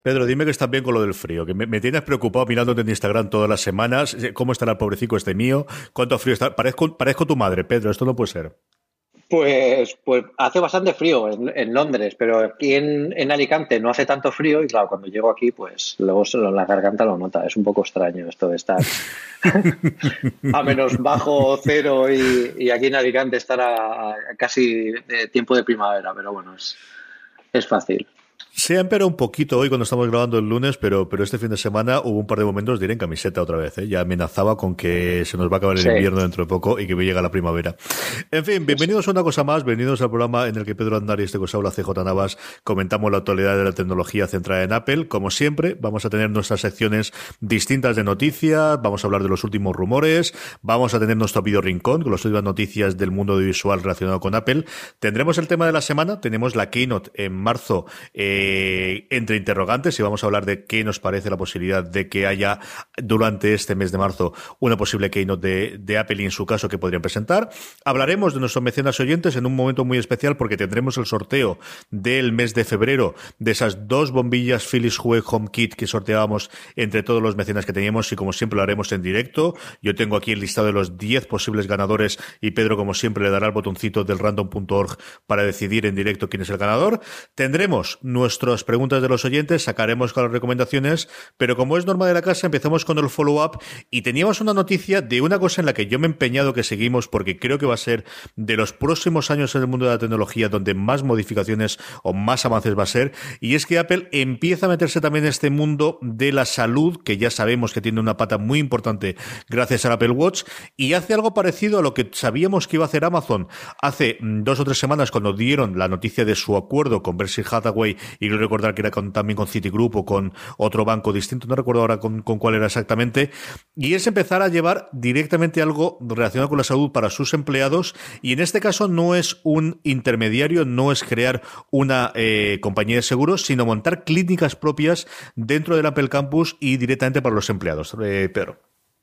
Pedro, dime que estás bien con lo del frío, que me tienes preocupado mirándote en Instagram todas las semanas. ¿Cómo estará el pobrecito este mío? ¿Cuánto frío está? Parezco tu madre, Pedro, esto no puede ser. Pues hace bastante frío en Londres, pero aquí en Alicante no hace tanto frío y claro, cuando llego aquí, pues luego la garganta lo nota. Es un poco extraño esto de estar a menos bajo cero y aquí en Alicante estar a casi de tiempo de primavera, pero bueno, es fácil. Se ha empeorado un poquito hoy cuando estamos grabando el lunes, pero este fin de semana hubo un par de momentos de ir en camiseta otra vez, ¿eh? Ya amenazaba con que se nos va a acabar el Sí, invierno dentro de poco y que llega la primavera. En fin, sí, sí. bienvenidos a una cosa más, bienvenidos al programa en el que Pedro Andar y este cosa habla CJ Navas comentamos la actualidad de la tecnología centrada en Apple. Como siempre, vamos a tener nuestras secciones distintas de noticias, vamos a hablar de los últimos rumores, vamos a tener nuestro video rincón con las últimas noticias del mundo audiovisual relacionado con Apple. Tendremos el tema de la semana, tenemos la keynote en marzo, entre interrogantes, y vamos a hablar de qué nos parece la posibilidad de que haya durante este mes de marzo una posible keynote de Apple y en su caso que podrían presentar. Hablaremos de nuestros mecenas oyentes en un momento muy especial porque tendremos el sorteo del mes de febrero de esas dos bombillas Philips Hue HomeKit que sorteábamos entre todos los mecenas que teníamos y como siempre lo haremos en directo. Yo tengo aquí el listado de los 10 posibles ganadores y Pedro como siempre le dará el botoncito del random.org para decidir en directo quién es el ganador. Tendremos nuestras preguntas de los oyentes, sacaremos con las recomendaciones, pero como es norma de la casa, empezamos con el follow-up y teníamos una noticia de una cosa en la que yo me he empeñado que seguimos porque creo que va a ser de los próximos años en el mundo de la tecnología donde más modificaciones o más avances va a ser, y es que Apple empieza a meterse también en este mundo de la salud, que ya sabemos que tiene una pata muy importante gracias al Apple Watch, y hace algo parecido a lo que sabíamos que iba a hacer Amazon hace 2 o 3 semanas cuando dieron la noticia de su acuerdo con Berkshire Hathaway, y quiero recordar que era también con Citigroup o con otro banco distinto, no recuerdo ahora con cuál era exactamente, y es empezar a llevar directamente algo relacionado con la salud para sus empleados, y en este caso no es un intermediario, no es crear una compañía de seguros, sino montar clínicas propias dentro del Apple Campus y directamente para los empleados. Pedro.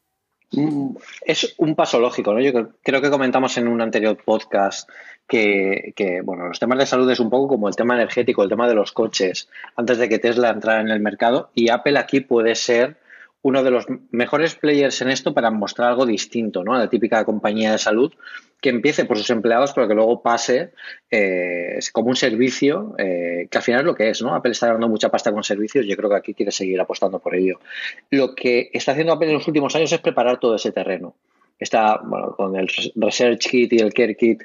Es un paso lógico, ¿no? Yo creo que comentamos en un anterior podcast bueno, los temas de salud es un poco como el tema energético, el tema de los coches, antes de que Tesla entrara en el mercado, y Apple aquí puede ser uno de los mejores players en esto para mostrar algo distinto, ¿no? A la típica compañía de salud que empiece por sus empleados, pero que luego pase como un servicio, que al final es lo que es, ¿no? Apple está ganando mucha pasta con servicios y yo creo que aquí quiere seguir apostando por ello. Lo que está haciendo Apple en los últimos años es preparar todo ese terreno. Está, bueno, con el Research Kit y el Care Kit,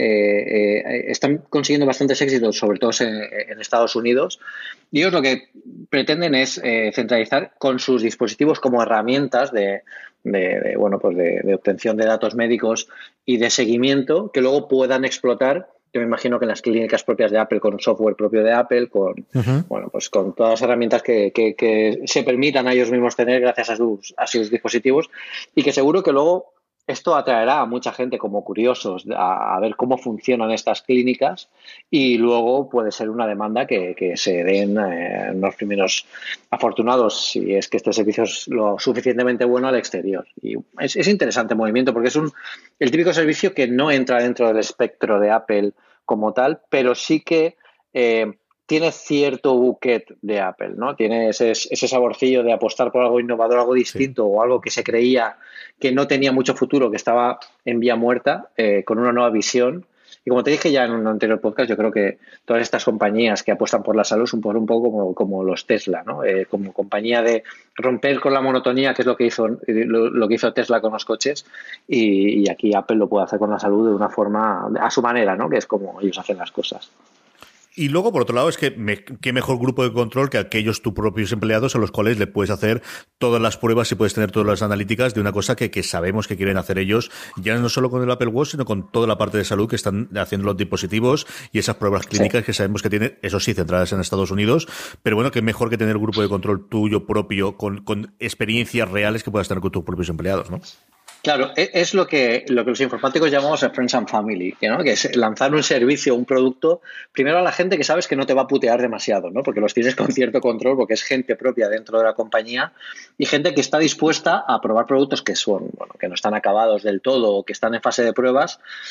están consiguiendo bastantes éxitos, sobre todo en Estados Unidos. Y ellos lo que pretenden es centralizar con sus dispositivos como herramientas bueno, pues de obtención de datos médicos y de seguimiento que luego puedan explotar. Yo me imagino que en las clínicas propias de Apple, con software propio de Apple, Uh-huh. bueno, pues con todas las herramientas que se permitan a ellos mismos tener gracias a sus dispositivos, y que seguro que luego esto atraerá a mucha gente como curiosos a ver cómo funcionan estas clínicas, y luego puede ser una demanda que se den los primeros afortunados si es que este servicio es lo suficientemente bueno al exterior. Y es interesante el movimiento porque es el típico servicio que no entra dentro del espectro de Apple como tal, pero sí que tiene cierto buquet de Apple, ¿no? Tiene ese saborcillo de apostar por algo innovador, algo Sí. distinto o algo que se creía que no tenía mucho futuro, que estaba en vía muerta, con una nueva visión. Y como te dije ya en un anterior podcast, yo creo que todas estas compañías que apuestan por la salud son un poco como los Tesla, ¿no? Como compañía de romper con la monotonía, que es lo que hizo Tesla con los coches, y aquí Apple lo puede hacer con la salud de una forma a su manera, ¿no? Que es como ellos hacen las cosas. Y luego, por otro lado, es que qué mejor grupo de control que aquellos tus propios empleados a los cuales le puedes hacer todas las pruebas y puedes tener todas las analíticas de una cosa que sabemos que quieren hacer ellos, ya no solo con el Apple Watch, sino con toda la parte de salud que están haciendo los dispositivos y esas pruebas Sí. clínicas que sabemos que tienen, eso sí, centradas en Estados Unidos. Pero bueno, qué mejor que tener un grupo de control tuyo propio con experiencias reales que puedas tener con tus propios empleados, ¿no? Claro, es lo que los informáticos llamamos el Friends and Family, ¿no? Que es lanzar un servicio, un producto, primero a la gente que sabes que no te va a putear demasiado, ¿no? Porque los tienes con cierto control, porque es gente propia dentro de la compañía y gente que está dispuesta a probar productos que son, bueno, que no están acabados del todo o que están en fase de pruebas,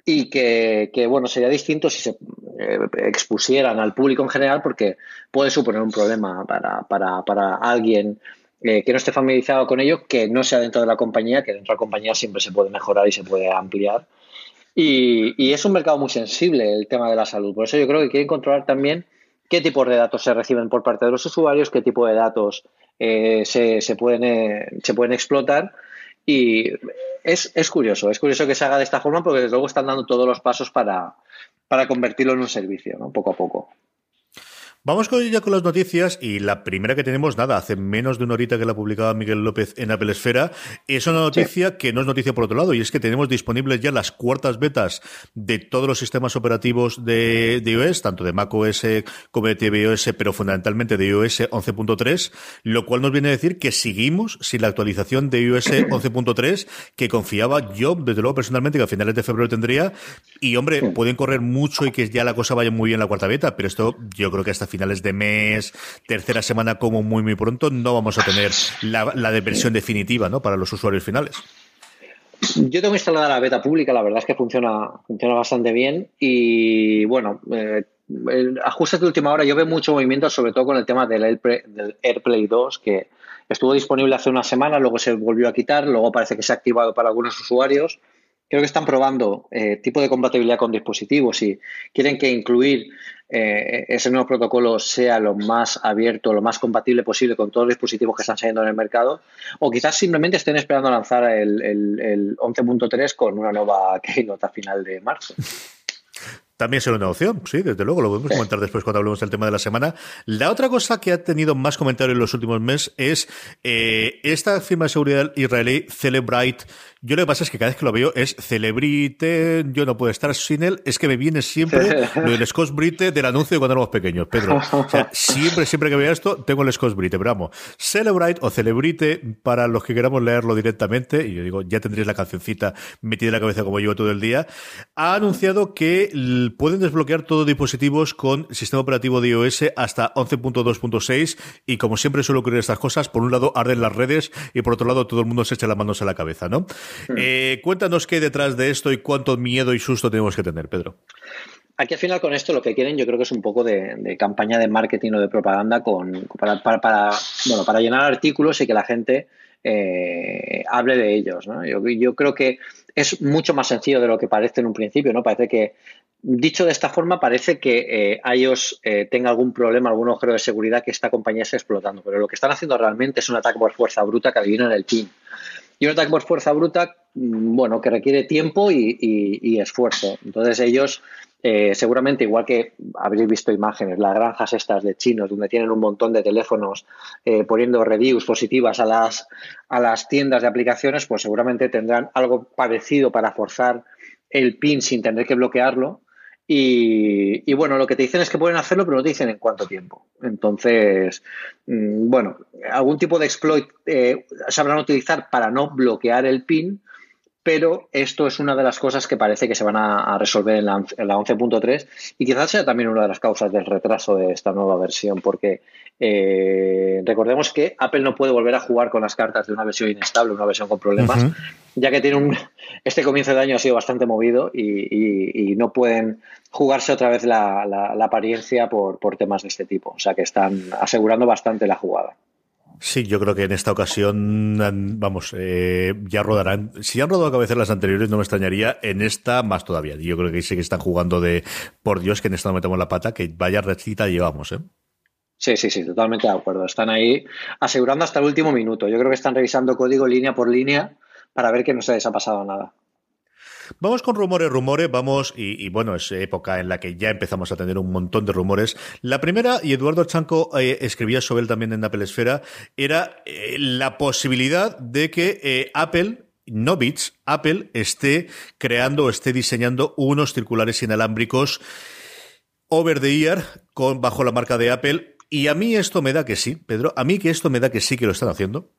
y bueno, sería distinto si se expusieran al público en general, porque puede suponer un problema para alguien que no esté familiarizado con ello, que no sea dentro de la compañía, que dentro de la compañía siempre se puede mejorar y se puede ampliar. Y es un mercado muy sensible el tema de la salud. Por eso yo creo que quieren controlar también qué tipos de datos se reciben por parte de los usuarios, qué tipo de datos se pueden explotar. Y es curioso que se haga de esta forma, porque desde luego están dando todos los pasos para convertirlo en un servicio, ¿no? Poco a poco. Vamos ya con las noticias, y la primera que tenemos, nada, hace menos de una horita que la publicaba Miguel López en Apple Esfera, es una noticia que no es noticia por otro lado, y es que tenemos disponibles ya las cuartas betas de todos los sistemas operativos de iOS, tanto de macOS como de tvOS, pero fundamentalmente de iOS 11.3, lo cual nos viene a decir que seguimos sin la actualización de iOS 11.3 que confiaba yo, desde luego personalmente, que a finales de febrero tendría, y hombre, pueden correr mucho y que ya la cosa vaya muy bien la cuarta beta, pero esto yo creo que hasta finales de mes, tercera semana como muy pronto, no vamos a tener la de versión definitiva, ¿no?, para los usuarios finales. Yo tengo instalada la beta pública, la verdad es que funciona bastante bien y bueno, ajustes de última hora, yo veo mucho movimiento, sobre todo con el tema del AirPlay 2, que estuvo disponible hace una semana, luego se volvió a quitar, luego parece que se ha activado para algunos usuarios. Creo que están probando tipo de compatibilidad con dispositivos y quieren que incluir ese nuevo protocolo sea lo más abierto, lo más compatible posible con todos los dispositivos que están saliendo en el mercado, o quizás simplemente estén esperando a lanzar el 11.3 con una nueva keynote a final de marzo. También será una opción, sí, desde luego, lo podemos comentar después cuando hablemos del tema de la semana. La otra cosa que ha tenido más comentarios en los últimos meses es esta firma de seguridad israelí, Cellebrite. Yo lo que pasa es que cada vez que lo veo es Celebrite, yo no puedo estar sin él, es que me viene siempre lo del Scotch Brite del anuncio de cuando éramos pequeños, Pedro. O sea, siempre que veo esto, tengo el Scotch Brite, pero vamos, Celebrite o Celebrite, para los que queramos leerlo directamente, y yo digo, ya tendréis la cancioncita metida en la cabeza como llevo todo el día, ha anunciado que pueden desbloquear todos los dispositivos con sistema operativo de iOS hasta 11.2.6, y como siempre suele ocurrir estas cosas, por un lado arden las redes y por otro lado todo el mundo se echa las manos a la cabeza, ¿no? Cuéntanos qué hay detrás de esto y cuánto miedo y susto tenemos que tener, Pedro. Aquí al final con esto lo que quieren, yo creo que es un poco de campaña de marketing o de propaganda para llenar artículos y que la gente hable de ellos, ¿no? Yo creo que es mucho más sencillo de lo que parece en un principio, ¿no? Parece que, dicho de esta forma, parece que iOS tenga algún problema, algún agujero de seguridad que esta compañía esté explotando, pero lo que están haciendo realmente es un ataque por fuerza bruta que adivinan el PIN. Y un ataque por fuerza bruta, bueno, que requiere tiempo y esfuerzo. Entonces ellos, seguramente, igual que habréis visto imágenes, las granjas estas de chinos, donde tienen un montón de teléfonos poniendo reviews positivas a las tiendas de aplicaciones, pues seguramente tendrán algo parecido para forzar el PIN sin tener que bloquearlo. Y bueno, lo que te dicen es que pueden hacerlo, pero no te dicen en cuánto tiempo. Entonces, bueno, algún tipo de exploit sabrán utilizar para no bloquear el PIN, pero esto es una de las cosas que parece que se van a resolver en la 11.3 y quizás sea también una de las causas del retraso de esta nueva versión, porque recordemos que Apple no puede volver a jugar con las cartas de una versión inestable, una versión con problemas, ya que este comienzo de año ha sido bastante movido y no pueden jugarse otra vez la apariencia por temas de este tipo. O sea que están asegurando bastante la jugada. Sí, yo creo que en esta ocasión, vamos, ya rodarán. Si han rodado a cabeza las anteriores, no me extrañaría. En esta, más todavía. Yo creo que sí que están jugando por Dios, que en esta no metemos la pata, que vaya recita llevamos, ¿eh? Sí, totalmente de acuerdo. Están ahí asegurando hasta el último minuto. Yo creo que están revisando código línea por línea para ver que no se les ha pasado nada. Vamos con rumores, vamos, y bueno, es época en la que ya empezamos a tener un montón de rumores. La primera, y Eduardo Chanco escribía sobre él también en Apple Esfera, era la posibilidad de que Apple, no Beats, Apple esté creando o esté diseñando unos circulares inalámbricos over the ear bajo la marca de Apple. Y a mí esto me da que sí, Pedro, a mí que esto me da que sí que lo están haciendo.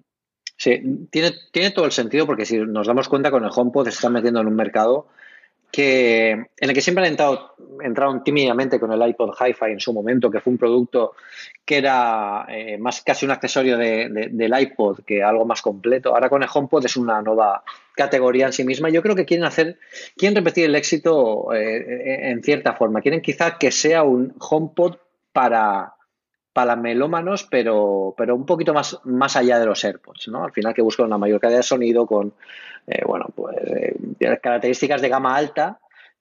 Sí, tiene todo el sentido, porque si nos damos cuenta, con el HomePod se están metiendo en un mercado en el que siempre han entraron tímidamente con el iPod Hi-Fi en su momento, que fue un producto que era más casi un accesorio del iPod que algo más completo. Ahora con el HomePod es una nueva categoría en sí misma. Yo creo que quieren repetir el éxito en cierta forma. Quieren quizá que sea un HomePod para melómanos, pero un poquito más allá de los AirPods, ¿no? Al final que buscan una mayor calidad de sonido con características de gama alta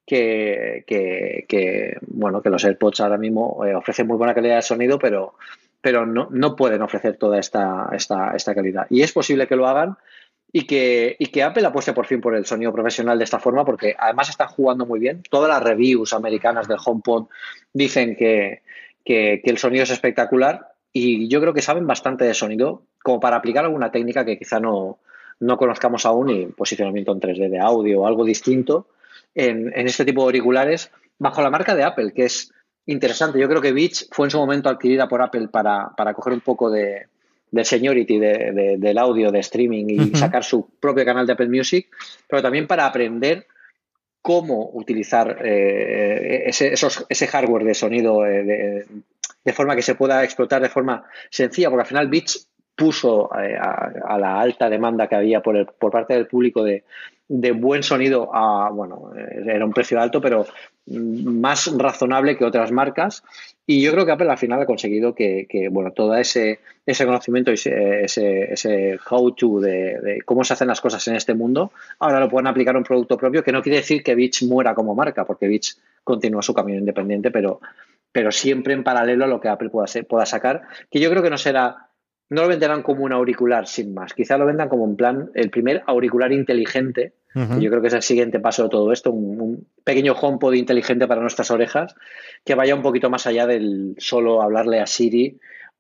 que los AirPods ahora mismo ofrecen muy buena calidad de sonido, pero no pueden ofrecer toda esta calidad. Y es posible que lo hagan y que Apple apueste por fin por el sonido profesional de esta forma, porque además están jugando muy bien. Todas las reviews americanas del HomePod dicen que el sonido es espectacular y yo creo que saben bastante de sonido como para aplicar alguna técnica que quizá no conozcamos aún, y posicionamiento en 3D de audio o algo distinto en este tipo de auriculares bajo la marca de Apple, que es interesante. Yo creo que Beats fue en su momento adquirida por Apple para coger un poco del seniority del audio de streaming y sacar su propio canal de Apple Music, pero también para aprender cómo utilizar ese hardware de sonido de forma que se pueda explotar de forma sencilla, porque al final Beats puso a la alta demanda que había por parte del público de buen sonido era un precio alto, pero más razonable que otras marcas. Y yo creo que Apple al final ha conseguido que todo ese conocimiento y ese how-to de cómo se hacen las cosas en este mundo, ahora lo pueden aplicar a un producto propio, que no quiere decir que Beats muera como marca, porque Beats continúa su camino independiente, pero siempre en paralelo a lo que Apple pueda sacar, que yo creo que no lo venderán como un auricular sin más, quizá lo vendan como en plan el primer auricular inteligente. Yo creo que es el siguiente paso de todo esto, un pequeño HomePod inteligente para nuestras orejas, que vaya un poquito más allá del solo hablarle a Siri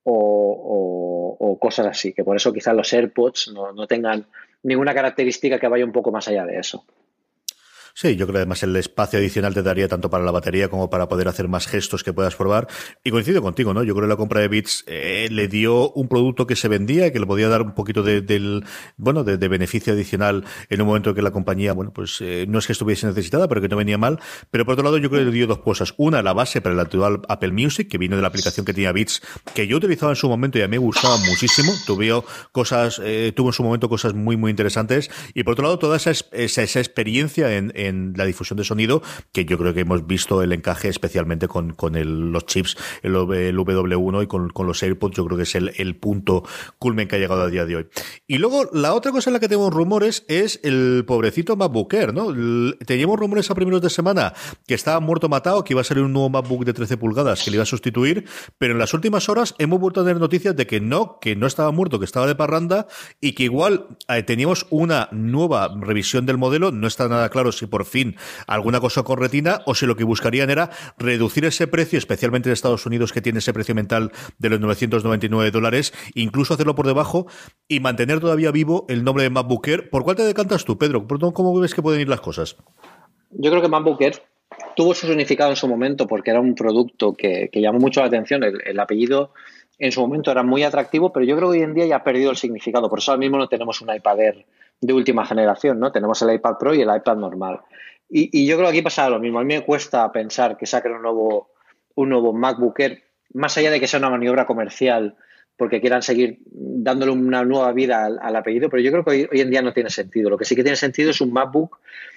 o cosas así, que por eso quizás los AirPods no tengan ninguna característica que vaya un poco más allá de eso. Sí, yo creo que además el espacio adicional te daría tanto para la batería como para poder hacer más gestos que puedas probar. Y coincido contigo, ¿no? Yo creo que la compra de Beats le dio un producto que se vendía y que le podía dar un poquito de beneficio adicional en un momento en que la compañía, no es que estuviese necesitada, pero que no venía mal. Pero por otro lado, yo creo que le dio dos cosas. Una, la base para el actual Apple Music, que vino de la aplicación que tenía Beats, que yo utilizaba en su momento y a mí me gustaba muchísimo. Tuvo en su momento cosas muy, muy interesantes. Y por otro lado, toda esa experiencia en la difusión de sonido, que yo creo que hemos visto el encaje especialmente con los chips, el W1 y con los AirPods. Yo creo que es el punto culmen que ha llegado a día de hoy. Y luego, la otra cosa en la que tenemos rumores es el pobrecito MacBook Air, ¿no? Teníamos rumores a primeros de semana que estaba muerto matado, que iba a salir un nuevo MacBook de 13 pulgadas que le iba a sustituir, pero en las últimas horas hemos vuelto a tener noticias de que no estaba muerto, que estaba de parranda, y que igual teníamos una nueva revisión del modelo. No está nada claro si por fin alguna cosa con retina o si lo que buscarían era reducir ese precio, especialmente en Estados Unidos, que tiene ese precio mental de los $999, incluso hacerlo por debajo y mantener todavía vivo el nombre de MacBook Air. ¿Por cuál te decantas tú, Pedro? ¿Cómo ves que pueden ir las cosas? Yo creo que MacBook Air tuvo su significado en su momento porque era un producto que llamó mucho la atención. El apellido en su momento era muy atractivo, pero yo creo que hoy en día ya ha perdido el significado. Por eso ahora mismo no tenemos un iPad Air de última generación, ¿no? Tenemos el iPad Pro y el iPad normal. Y yo creo que aquí pasa lo mismo. A mí me cuesta pensar que saquen un nuevo MacBook Air, más allá de que sea una maniobra comercial, porque quieran seguir dándole una nueva vida al apellido, pero yo creo que hoy en día no tiene sentido. Lo que sí que tiene sentido es un MacBook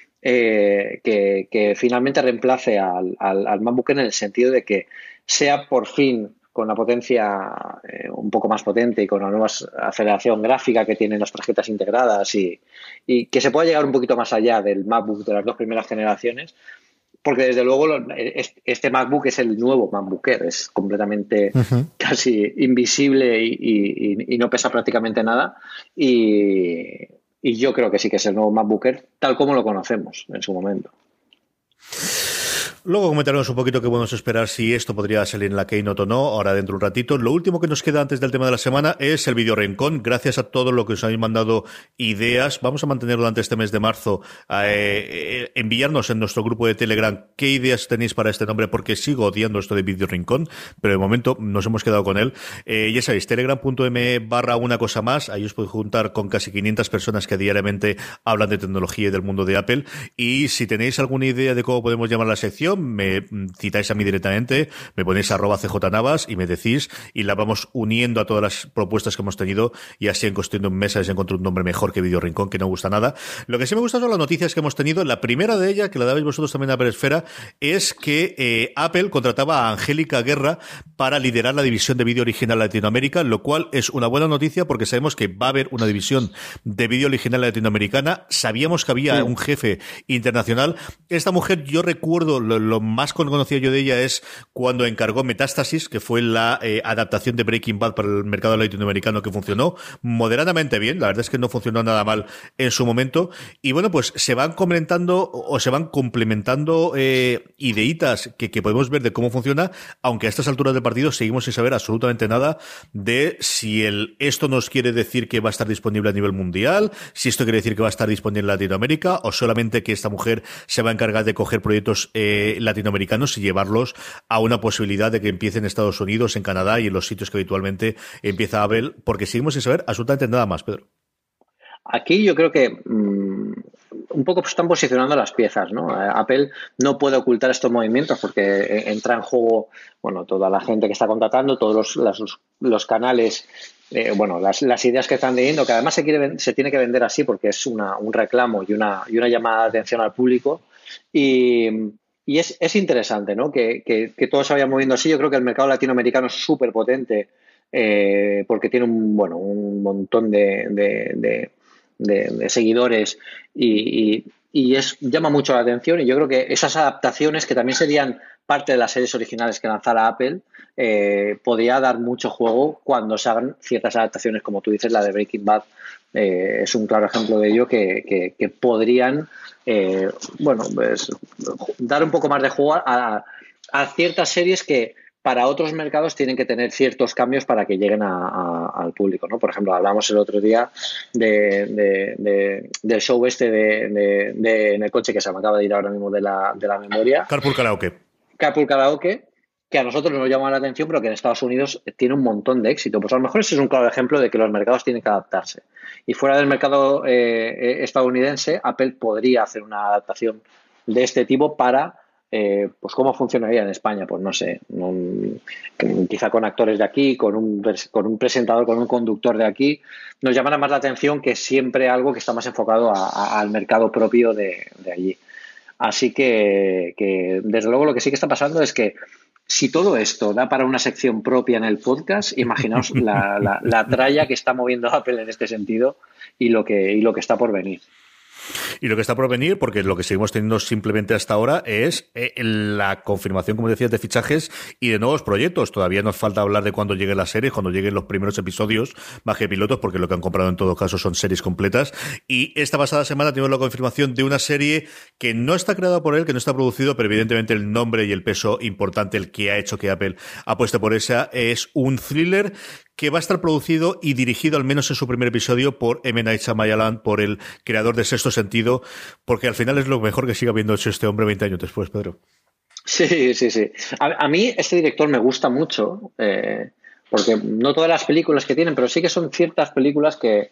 que finalmente reemplace al MacBook Air, en el sentido de que sea por fin con la potencia un poco más potente y con la nueva aceleración gráfica que tienen las tarjetas integradas y que se pueda llegar un poquito más allá del MacBook de las dos primeras generaciones, porque desde luego este MacBook es el nuevo MacBook Air, es completamente casi invisible y no pesa prácticamente nada, y yo creo que sí que es el nuevo MacBook Air tal como lo conocemos en su momento. Luego comentaremos un poquito qué podemos esperar si esto podría salir en la Keynote o no, ahora dentro de un ratito. Lo último que nos queda antes del tema de la semana es el Video Rincón. Gracias a todos los que os habéis mandado ideas. Vamos a mantenerlo durante este mes de marzo. Enviarnos en nuestro grupo de Telegram qué ideas tenéis para este nombre, porque sigo odiando esto de Video Rincón, pero de momento nos hemos quedado con él. Ya sabéis, telegram.me/una cosa más. Ahí os podéis juntar con casi 500 personas que diariamente hablan de tecnología y del mundo de Apple. Y si tenéis alguna idea de cómo podemos llamar la sección, me citáis a mí directamente, me ponéis @cjnavas y me decís, y la vamos uniendo a todas las propuestas que hemos tenido, y así en cuestión de un mes encontrado un nombre mejor que Video Rincón, que no gusta nada. Lo que sí me gusta son las noticias que hemos tenido. La primera de ellas, que la dabais vosotros también a Peresfera, es que Apple contrataba a Angélica Guerra para liderar la división de vídeo original Latinoamérica, lo cual es una buena noticia porque sabemos que va a haber una división de vídeo original latinoamericana. Sabíamos que había un jefe internacional. Esta mujer, yo recuerdo, lo más conocido yo de ella es cuando encargó Metástasis, que fue la adaptación de Breaking Bad para el mercado latinoamericano, que funcionó moderadamente bien. La verdad es que no funcionó nada mal en su momento. Y bueno, pues se van comentando o se van complementando ideitas que podemos ver de cómo funciona, aunque a estas alturas del partido seguimos sin saber absolutamente nada de si esto nos quiere decir que va a estar disponible a nivel mundial, si esto quiere decir que va a estar disponible en Latinoamérica, o solamente que esta mujer se va a encargar de coger proyectos latinoamericanos y llevarlos a una posibilidad de que empiece en Estados Unidos, en Canadá y en los sitios que habitualmente empieza Apple, porque seguimos sin saber absolutamente nada más, Pedro. Aquí yo creo que un poco están posicionando las piezas, ¿no? Apple no puede ocultar estos movimientos porque entra en juego, bueno, toda la gente que está contratando, todos los canales, bueno, las ideas que están teniendo, que además se tiene que vender así porque es un reclamo y una llamada de atención al público. Y es interesante, ¿no? Que todo se vaya moviendo así. Yo creo que el mercado latinoamericano es súper potente porque tiene un montón de seguidores y llama mucho la atención, y yo creo que esas adaptaciones, que también serían parte de las series originales que lanzara Apple, podría dar mucho juego cuando se hagan ciertas adaptaciones, como tú dices, la de Breaking Bad es un claro ejemplo de ello, que podrían pues, dar un poco más de juego a ciertas series que para otros mercados tienen que tener ciertos cambios para que lleguen al público, ¿no? Por ejemplo, hablamos el otro día del show en el coche, que se me acaba de ir ahora mismo de la memoria. Carpool Karaoke, que a nosotros nos llama la atención, pero que en Estados Unidos tiene un montón de éxito. Pues a lo mejor ese es un claro ejemplo de que los mercados tienen que adaptarse. Y fuera del mercado estadounidense, Apple podría hacer una adaptación de este tipo para... pues cómo funcionaría en España, pues no sé, quizá con actores de aquí, con un presentador, con un conductor de aquí, nos llamará más la atención que siempre algo que está más enfocado al mercado propio de allí. Así que desde luego lo que sí que está pasando es que si todo esto da para una sección propia en el podcast, imaginaos la tralla que está moviendo Apple en este sentido y lo que está por venir. Y lo que está por venir, porque lo que seguimos teniendo simplemente hasta ahora es la confirmación, como decías, de fichajes y de nuevos proyectos. Todavía nos falta hablar de cuándo llegue la serie, cuando lleguen los primeros episodios, más que pilotos, porque lo que han comprado en todo caso son series completas. Y esta pasada semana tenemos la confirmación de una serie que no está creada por él, que no está producido, pero evidentemente el nombre y el peso importante, el que ha hecho que Apple apueste por esa, es un thriller que va a estar producido y dirigido, al menos en su primer episodio, por M. Night Shyamalan, por el creador de Sexto Sentido, porque al final es lo mejor que siga habiendo hecho este hombre 20 años después, Pedro. Sí. A mí este director me gusta mucho, porque no todas las películas que tienen, pero sí que son ciertas películas que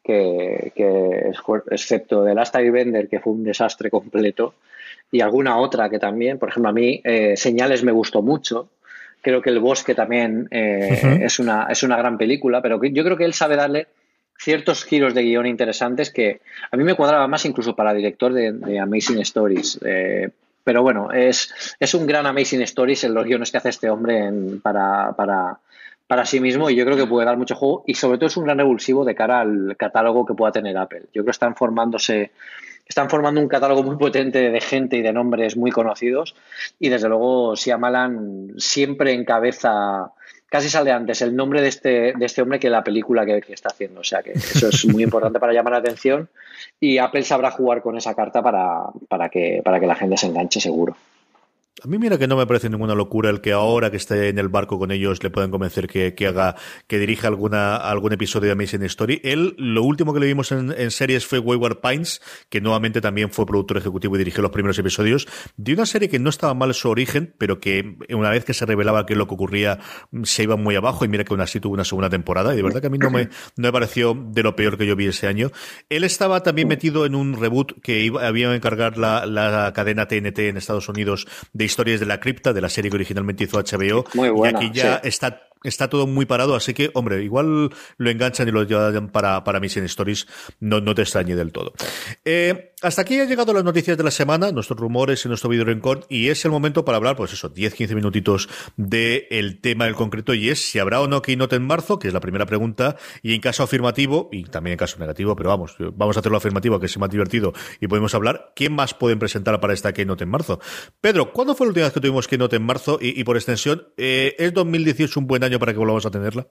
excepto The Last Airbender, que fue un desastre completo, y alguna otra que también, por ejemplo, a mí Señales me gustó mucho. Creo que El Bosque también es una gran película, pero yo creo que él sabe darle ciertos giros de guión interesantes que a mí me cuadraba más incluso para director de Amazing Stories. Pero bueno, es un gran Amazing Stories en los guiones que hace este hombre para sí mismo, y yo creo que puede dar mucho juego, y sobre todo es un gran revulsivo de cara al catálogo que pueda tener Apple. Yo creo que están formando un catálogo muy potente de gente y de nombres muy conocidos, y desde luego Shyamalan siempre encabeza, casi sale antes el nombre de este hombre que la película que está haciendo. O sea que eso es muy importante para llamar la atención, y Apple sabrá jugar con esa carta para que la gente se enganche seguro. A mí mira que no me parece ninguna locura el que ahora que esté en el barco con ellos le puedan convencer que dirija algún episodio de Amazing Story. Él, lo último que le vimos en series fue Wayward Pines, que nuevamente también fue productor ejecutivo y dirigió los primeros episodios de una serie que no estaba mal su origen, pero que una vez que se revelaba qué es lo que ocurría, se iba muy abajo, y mira que aún así tuvo una segunda temporada, y de verdad que a mí no me pareció de lo peor que yo vi ese año. Él estaba también metido en un reboot que había a encargar la cadena TNT en Estados Unidos de Historias de la Cripta, de la serie que originalmente hizo HBO, Muy buena, y aquí ya sí. está todo muy parado, así que, hombre, igual lo enganchan y lo llevan para Missing Stories, no te extrañe del todo. Hasta aquí han llegado las noticias de la semana, nuestros rumores y nuestro video rincón, y es el momento para hablar, pues eso, 10-15 minutitos del tema del concreto, y es si habrá o no Keynote en marzo, que es la primera pregunta, y en caso afirmativo, y también en caso negativo, pero vamos a hacerlo afirmativo, que es más divertido, y podemos hablar, ¿quién más pueden presentar para esta Keynote en marzo? Pedro, ¿cuándo fue la última vez que tuvimos Keynote en marzo? Y por extensión, ¿es 2018 un buen año para que volvamos a tenerla?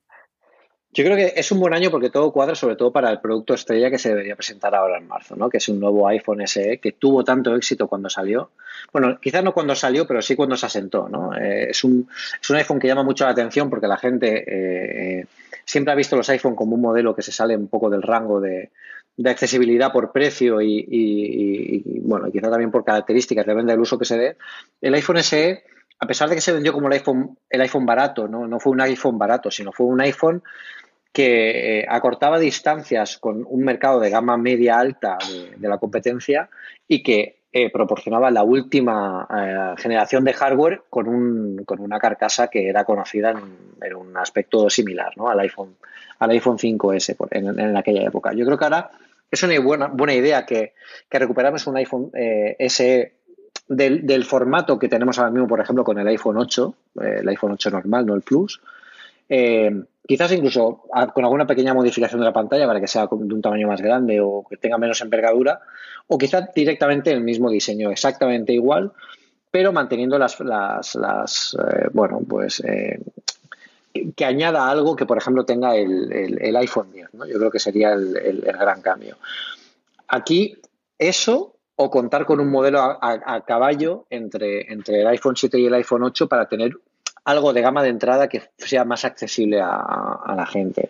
Yo creo que es un buen año porque todo cuadra, sobre todo para el producto estrella que se debería presentar ahora en marzo, ¿no? Que es un nuevo iPhone SE que tuvo tanto éxito cuando salió. Bueno, quizás no cuando salió, pero sí cuando se asentó, ¿no? Es un iPhone que llama mucho la atención porque la gente siempre ha visto los iPhone como un modelo que se sale un poco del rango de accesibilidad por precio bueno, y quizá también por características, depende del uso que se dé. El iPhone SE, a pesar de que se vendió como el iPhone barato, ¿no? No fue un iPhone barato, sino fue un iPhone que acortaba distancias con un mercado de gama media alta de la competencia y que proporcionaba la última generación de hardware con una carcasa que era conocida en un aspecto similar, ¿no? al iPhone 5S en aquella época. Yo creo que ahora es una buena idea que recuperamos un iPhone SE del formato que tenemos ahora mismo, por ejemplo, con el iPhone 8, el iPhone 8 normal, no el Plus. Quizás incluso con alguna pequeña modificación de la pantalla para que sea de un tamaño más grande o que tenga menos envergadura, o quizás directamente el mismo diseño, exactamente igual, pero manteniendo bueno, pues que añada algo que, por ejemplo, tenga el iPhone 10, ¿no? Yo creo que sería el gran cambio. Aquí, eso o contar con un modelo a caballo entre el iPhone 7 y el iPhone 8 para tener algo de gama de entrada que sea más accesible a la gente.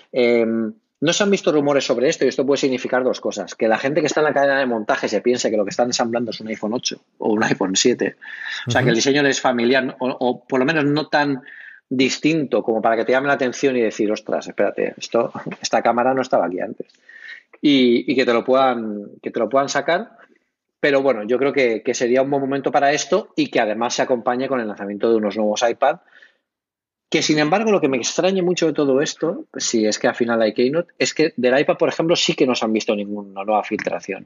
No se han visto rumores sobre esto y esto puede significar dos cosas. Que la gente que está en la cadena de montaje se piense que lo que están ensamblando es un iPhone 8 o un iPhone 7. O sea, que el diseño les es familiar o por lo menos no tan distinto como para que te llame la atención y decir, ostras, espérate, esta cámara no estaba aquí antes. Y que te lo puedan sacar. Pero bueno, yo creo que sería un buen momento para esto y que además se acompañe con el lanzamiento de unos nuevos iPad. Que sin embargo, lo que me extraña mucho de todo esto, si es que al final hay Keynote, es que del iPad, por ejemplo, sí que no se han visto ninguna nueva filtración.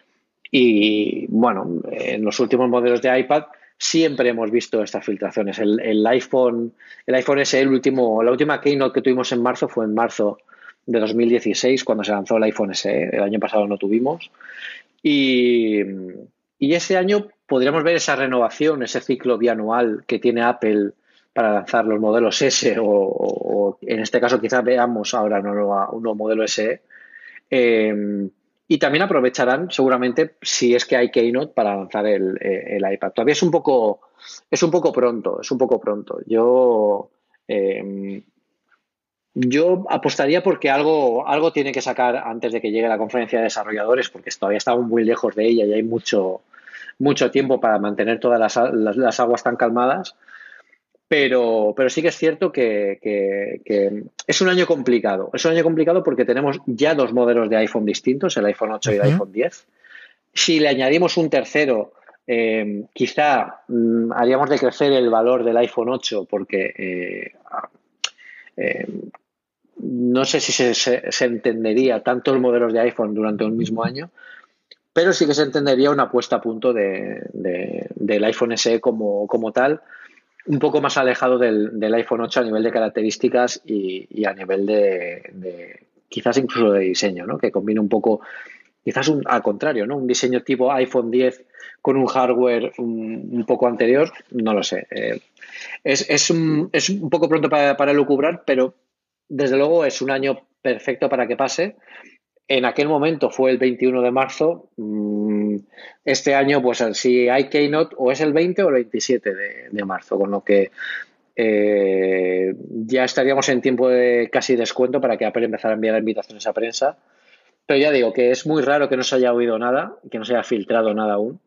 Y bueno, en los últimos modelos de iPad siempre hemos visto estas filtraciones. El iPhone SE, la última Keynote que tuvimos en marzo fue en marzo de 2016, cuando se lanzó el iPhone SE. El año pasado no tuvimos. Y ese año podríamos ver esa renovación, ese ciclo bianual que tiene Apple para lanzar los modelos S o en este caso quizás veamos ahora un nuevo modelo SE. Y también aprovecharán seguramente si es que hay Keynote para lanzar el iPad. Todavía es un poco pronto. Yo apostaría porque algo tiene que sacar antes de que llegue la conferencia de desarrolladores, porque todavía estamos muy lejos de ella y hay mucho tiempo para mantener todas las aguas tan calmadas. Pero sí que es cierto que es un año complicado. Es un año complicado porque tenemos ya dos modelos de iPhone distintos, el iPhone 8 y el iPhone 10. Si le añadimos un tercero, quizá haríamos decrecer el valor del iPhone 8 porque no sé si se entendería tanto los modelos de iPhone durante un mismo año, pero sí que se entendería una puesta a punto del iPhone SE como tal, un poco más alejado del iPhone 8 a nivel de características y a nivel de quizás incluso de diseño, ¿no? Que combine un poco, quizás al contrario, ¿no? Un diseño tipo iPhone 10 con un hardware un poco anterior, no lo sé. Es un poco pronto para lucubrar, pero desde luego es un año perfecto para que pase. En aquel momento fue el 21 de marzo. Este año, pues si hay Keynote, o es el 20 o el 27 de marzo, con lo que ya estaríamos en tiempo de casi descuento para que Apple empezara a enviar invitaciones a prensa. Pero ya digo que es muy raro que no se haya oído nada, que no se haya filtrado nada aún.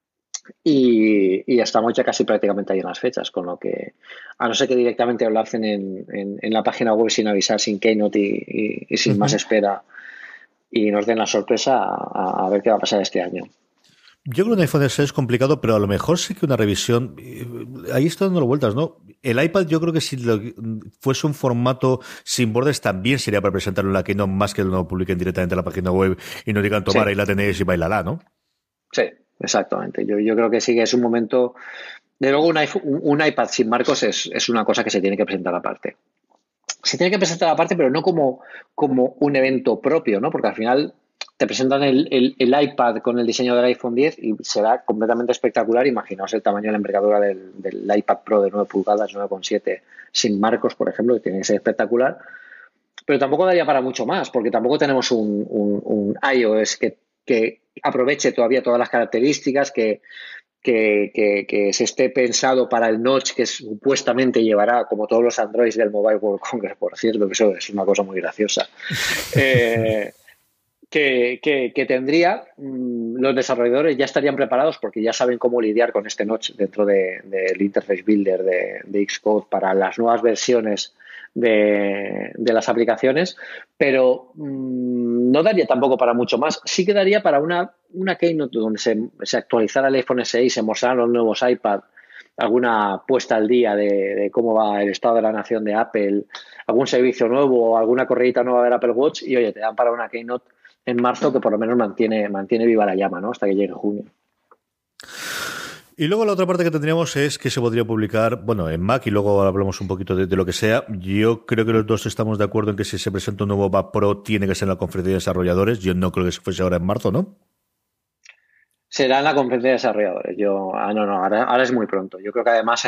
Y estamos ya casi prácticamente ahí en las fechas, con lo que, a no ser que directamente lo lancen en la página web sin avisar, sin Keynote y sin más espera, y nos den la sorpresa a ver qué va a pasar este año. Yo creo que un iPhone SE es complicado, pero a lo mejor sí que una revisión. Ahí está dando vueltas, ¿no? El iPad, yo creo que si fuese un formato sin bordes, también sería para presentarlo en la Keynote, más que no lo publiquen directamente en la página web y nos digan tomar, Sí, ahí la tenéis y bailala, ¿no? sí, exactamente. Yo creo que sí que es un momento. De luego, un iPad sin marcos es una cosa que se tiene que presentar aparte. Se tiene que presentar aparte, pero no como un evento propio, ¿no? Porque al final te presentan el iPad con el diseño del iPhone 10 y será completamente espectacular. Imaginaos el tamaño de la envergadura del iPad Pro de 9 pulgadas, 9,7, sin marcos, por ejemplo, que tiene que ser espectacular. Pero tampoco daría para mucho más, porque tampoco tenemos un iOS que aproveche todavía todas las características, que se esté pensado para el notch que supuestamente llevará, como todos los Androids del Mobile World Congress, por cierto, que eso es una cosa muy graciosa, que tendría. Los desarrolladores ya estarían preparados porque ya saben cómo lidiar con este notch dentro del Interface Builder de Xcode para las nuevas versiones de las aplicaciones, pero no daría tampoco para mucho más. Sí que daría para una Keynote donde se actualizara el iPhone SE y se mostraran los nuevos iPad, alguna puesta al día de cómo va el estado de la nación de Apple, algún servicio nuevo, alguna correíta nueva del Apple Watch, y oye, te dan para una Keynote en marzo que por lo menos mantiene viva la llama, ¿no? Hasta que llegue junio. Y luego la otra parte que tendríamos es que se podría publicar, bueno, en Mac, y luego hablamos un poquito de lo que sea. Yo creo que los dos estamos de acuerdo en que si se presenta un nuevo Mac Pro tiene que ser en la conferencia de desarrolladores. Yo no creo que se fuese ahora en marzo, ¿no? Será en la conferencia de desarrolladores. No, ahora es muy pronto. Yo creo que además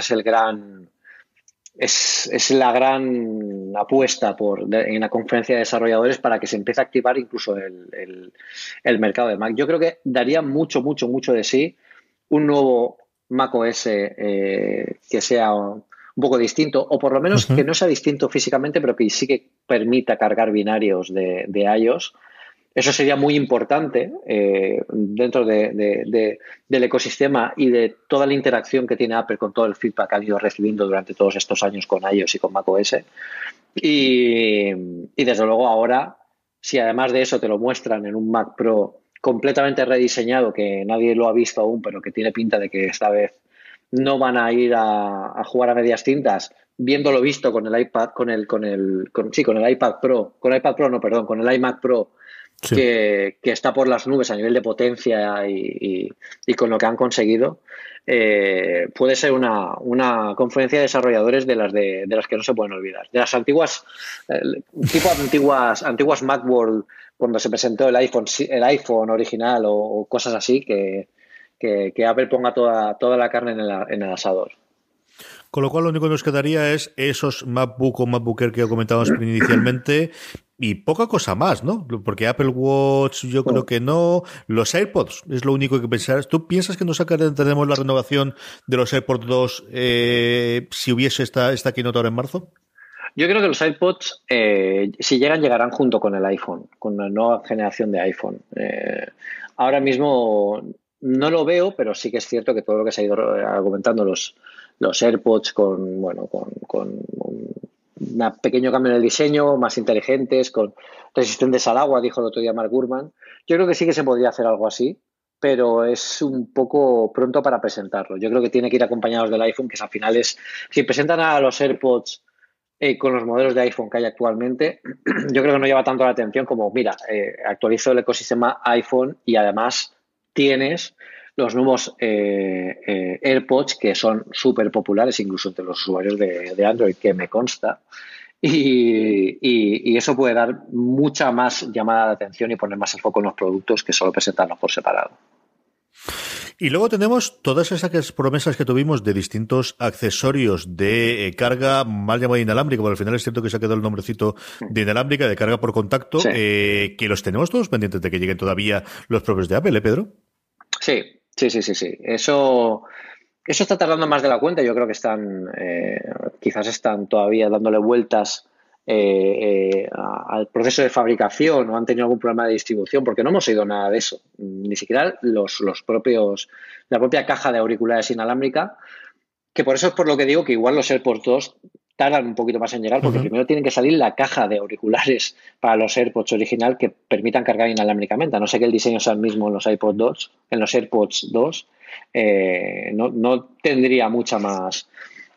es la gran apuesta en la conferencia de desarrolladores para que se empiece a activar incluso el mercado de Mac. Yo creo que daría mucho, mucho, mucho de sí un nuevo Mac OS que sea un poco distinto, o por lo menos que no sea distinto físicamente, pero que sí que permita cargar binarios de iOS. Eso sería muy importante dentro del ecosistema y de toda la interacción que tiene Apple con todo el feedback que han ido recibiendo durante todos estos años con iOS y con macOS. Y desde luego ahora, si además de eso te lo muestran en un Mac Pro completamente rediseñado, que nadie lo ha visto aún, pero que tiene pinta de que esta vez no van a ir a jugar a medias tintas, viéndolo visto con el iPad, con el iPad Pro, con el iPad Pro, no, perdón, con el iMac Pro, Sí. que está por las nubes a nivel de potencia y con lo que han conseguido. Puede ser una conferencia de desarrolladores de las que no se pueden olvidar. De las antiguas, tipo antiguas Macworld, cuando se presentó el iPhone original o cosas así, que Apple ponga toda la carne en el asador. Con lo cual, lo único que nos quedaría es esos MacBook o MacBook Air que comentábamos inicialmente y poca cosa más, ¿no? Porque Apple Watch yo creo que no. Los AirPods es lo único que pensar. ¿Tú piensas que nos tenemos la renovación de los AirPods 2 si hubiese esta keynote ahora en marzo? Yo creo que los iPods, si llegarán junto con el iPhone, con la nueva generación de iPhone. Ahora mismo no lo veo, pero sí que es cierto que todo lo que se ha ido argumentando, los AirPods con un pequeño cambio en el diseño, más inteligentes, con resistentes al agua, dijo el otro día Mark Gurman. Yo creo que sí que se podría hacer algo así, pero es un poco pronto para presentarlo. Yo creo que tiene que ir acompañados del iPhone, que al final si presentan a los AirPods con los modelos de iPhone que hay actualmente, yo creo que no lleva tanto la atención como, mira, actualizo el ecosistema iPhone y además tienes los nuevos AirPods que son súper populares incluso entre los usuarios de Android, que me consta, y eso puede dar mucha más llamada de atención y poner más el foco en los productos que solo presentarlos por separado. Y luego tenemos todas esas promesas que tuvimos de distintos accesorios de carga mal llamada inalámbrica, porque al final es cierto que se ha quedado el nombrecito de inalámbrica, de carga por contacto, Sí. Que los tenemos todos pendientes de que lleguen todavía los propios de Apple, Pedro? Sí, sí, sí, sí, sí. Eso está tardando más de la cuenta. Yo creo que quizás están todavía dándole vueltas al proceso de fabricación o han tenido algún problema de distribución, porque no hemos oído nada de eso. Ni siquiera la propia caja de auriculares inalámbrica, que por eso es por lo que digo que igual los AirPods 2 tardan un poquito más en llegar, porque Uh-huh. primero tienen que salir la caja de auriculares para los AirPods original que permitan cargar inalámbricamente. A no ser que el diseño sea el mismo en los AirPods 2, no tendría mucha más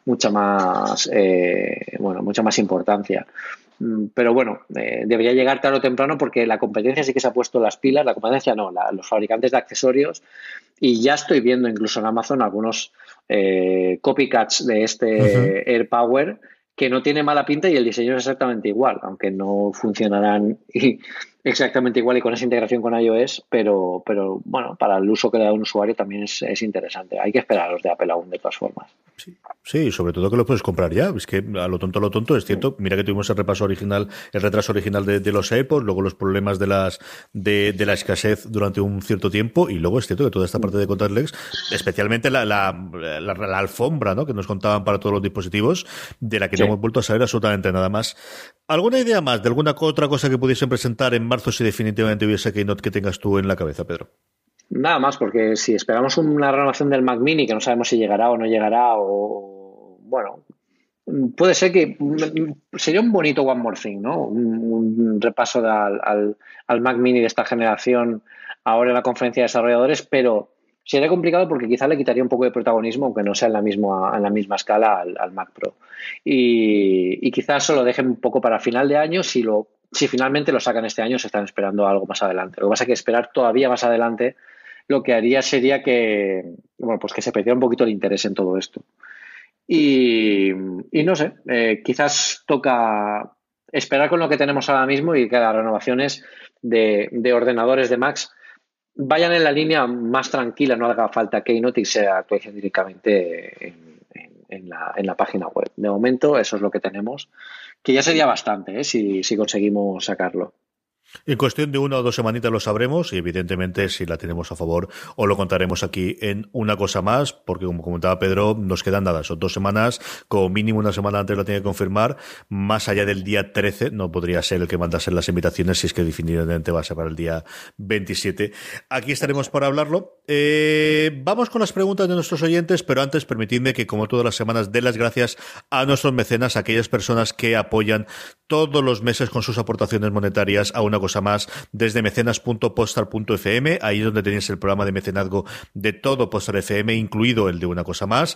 mucha más importancia. Pero bueno, debería llegar tarde o temprano porque la competencia sí que se ha puesto las pilas, la competencia no, los fabricantes de accesorios, y ya estoy viendo incluso en Amazon algunos copycats de Uh-huh. este AirPower que no tiene mala pinta y el diseño es exactamente igual, aunque no funcionarán exactamente igual y con esa integración con iOS, pero bueno, para el uso que le da un usuario también es interesante. Hay que esperar a los de Apple aún, de todas formas. Sí, sobre todo que lo puedes comprar ya. Es que a lo tonto, es cierto. Mira que tuvimos el retraso original de los AirPods, luego los problemas de la escasez durante un cierto tiempo, y luego es cierto que toda esta parte de contactless, especialmente la alfombra, ¿no?, que nos contaban para todos los dispositivos, de la que no Sí. hemos vuelto a saber absolutamente nada más. ¿Alguna idea más de alguna otra cosa que pudiesen presentar en marzo si definitivamente hubiese Keynote que tengas tú en la cabeza, Pedro? Nada más, porque si esperamos una renovación del Mac Mini, que no sabemos si llegará o no llegará, o bueno, puede ser que sería un bonito One More Thing, ¿no? Un repaso al Mac Mini de esta generación ahora en la conferencia de desarrolladores, pero sería complicado porque quizá le quitaría un poco de protagonismo, aunque no sea en la misma escala al Mac Pro. Y quizás se lo dejen un poco para final de año. Si finalmente lo sacan este año, se están esperando algo más adelante. Lo que pasa es que esperar todavía más adelante lo que haría sería bueno, pues que se perdiera un poquito el interés en todo esto. Y no sé, quizás toca esperar con lo que tenemos ahora mismo y que las renovaciones de ordenadores de Macs vayan en la línea más tranquila, no haga falta Keynote y se actualicen directamente en la página web. De momento, eso es lo que tenemos, que ya sería bastante, si conseguimos sacarlo. En cuestión de 1 o 2 semanitas lo sabremos y evidentemente si la tenemos a favor os lo contaremos aquí en Una Cosa Más, porque como comentaba Pedro, nos quedan nada, son 2 semanas, como mínimo una semana antes lo tiene que confirmar, más allá del día 13 no podría ser el que mandase las invitaciones si es que definitivamente va a ser para el día 27. Aquí estaremos para hablarlo. Vamos con las preguntas de nuestros oyentes, pero antes permitidme que como todas las semanas dé las gracias a nuestros mecenas, a aquellas personas que apoyan todos los meses con sus aportaciones monetarias a Una Cosa Más desde mecenas.podstar.fm. Ahí es donde tenéis el programa de mecenazgo de todo Podstar FM, incluido el de Una Cosa Más.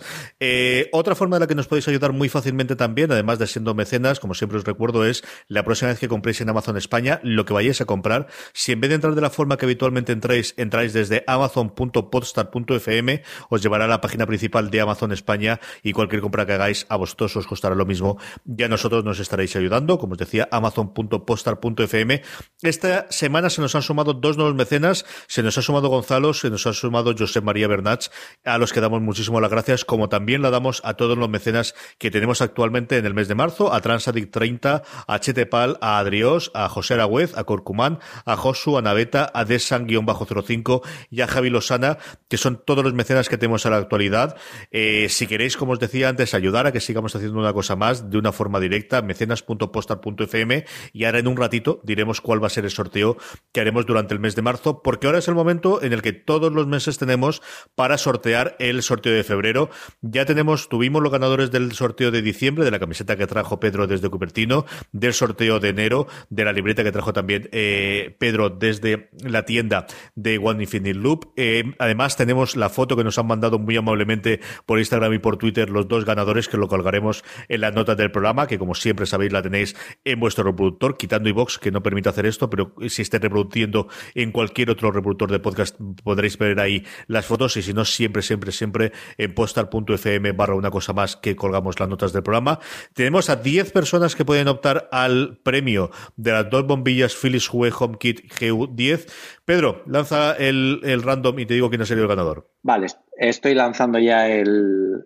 Otra forma de la que nos podéis ayudar muy fácilmente también, además de siendo mecenas, como siempre os recuerdo, es la próxima vez que compréis en Amazon España, lo que vayáis a comprar, si en vez de entrar de la forma que habitualmente entráis desde amazon.podstar.fm, os llevará a la página principal de Amazon España y cualquier compra que hagáis a vosotros os costará lo mismo. Ya nosotros nos estaréis ayudando, como os decía, amazon.podstar.fm. Esta semana se nos han sumado 2 nuevos mecenas, se nos ha sumado Gonzalo, se nos ha sumado Josep María Bernats, a los que damos muchísimas las gracias, como también la damos a todos los mecenas que tenemos actualmente en el mes de marzo, a Transadic 30, a Chetepal, a Adriós, a José Aragüez, a Corcumán, a Josu, a Naveta, a Desan-05 y a Javi Losana, que son todos los mecenas que tenemos a la actualidad. Si queréis, como os decía antes, ayudar a que sigamos haciendo Una Cosa Más de una forma directa, mecenas.podstar.fm, y ahora en un ratito diremos cuál va a ser el sorteo que haremos durante el mes de marzo, porque ahora es el momento en el que todos los meses tenemos para sortear el sorteo de febrero. Ya tuvimos los ganadores del sorteo de diciembre, de la camiseta que trajo Pedro desde Cupertino, del sorteo de enero, de la libreta que trajo también Pedro desde la tienda de One Infinite Loop. Además tenemos la foto que nos han mandado muy amablemente por Instagram y por Twitter los 2 ganadores, que lo colgaremos en las notas del programa, que como siempre sabéis la tenéis en vuestro reproductor, quitando iVoox, que no permite hacer esto, pero si esté reproduciendo en cualquier otro reproductor de podcast podréis ver ahí las fotos, y si no, siempre en postal.fm/una cosa más, que colgamos las notas del programa. Tenemos a 10 personas que pueden optar al premio de las 2 bombillas Philips Hue HomeKit GU10. Pedro, lanza el random y te digo quién ha sido el ganador. Vale, estoy lanzando ya el